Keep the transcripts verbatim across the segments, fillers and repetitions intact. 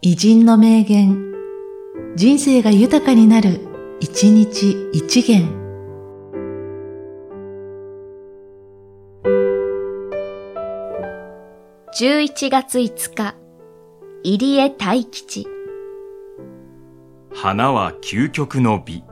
偉人の名言、人生が豊かになる、一日一元。 じゅういちがついつか、入江泰吉。 花は究極の美。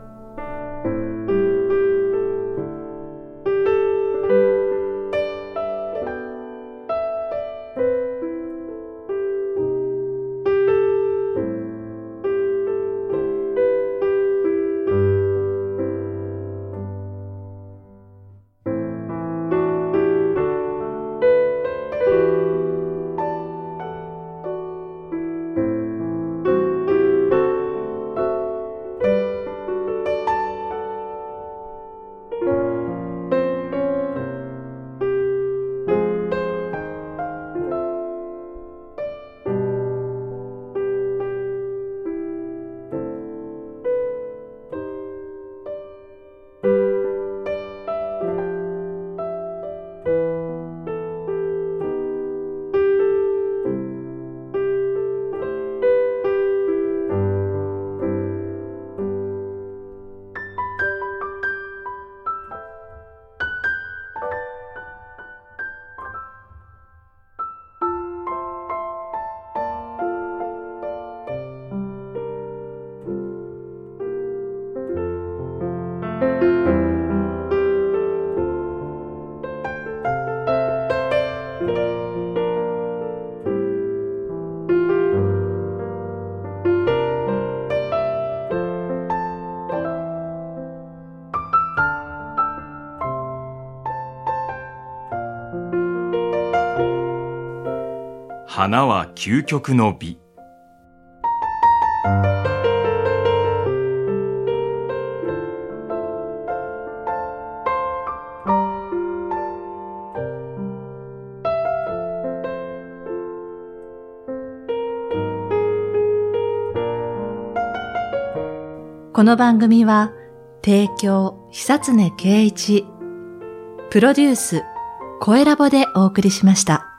花は究極の美。 この番組は提供久常圭一、プロデュース声ラボでお送りしました。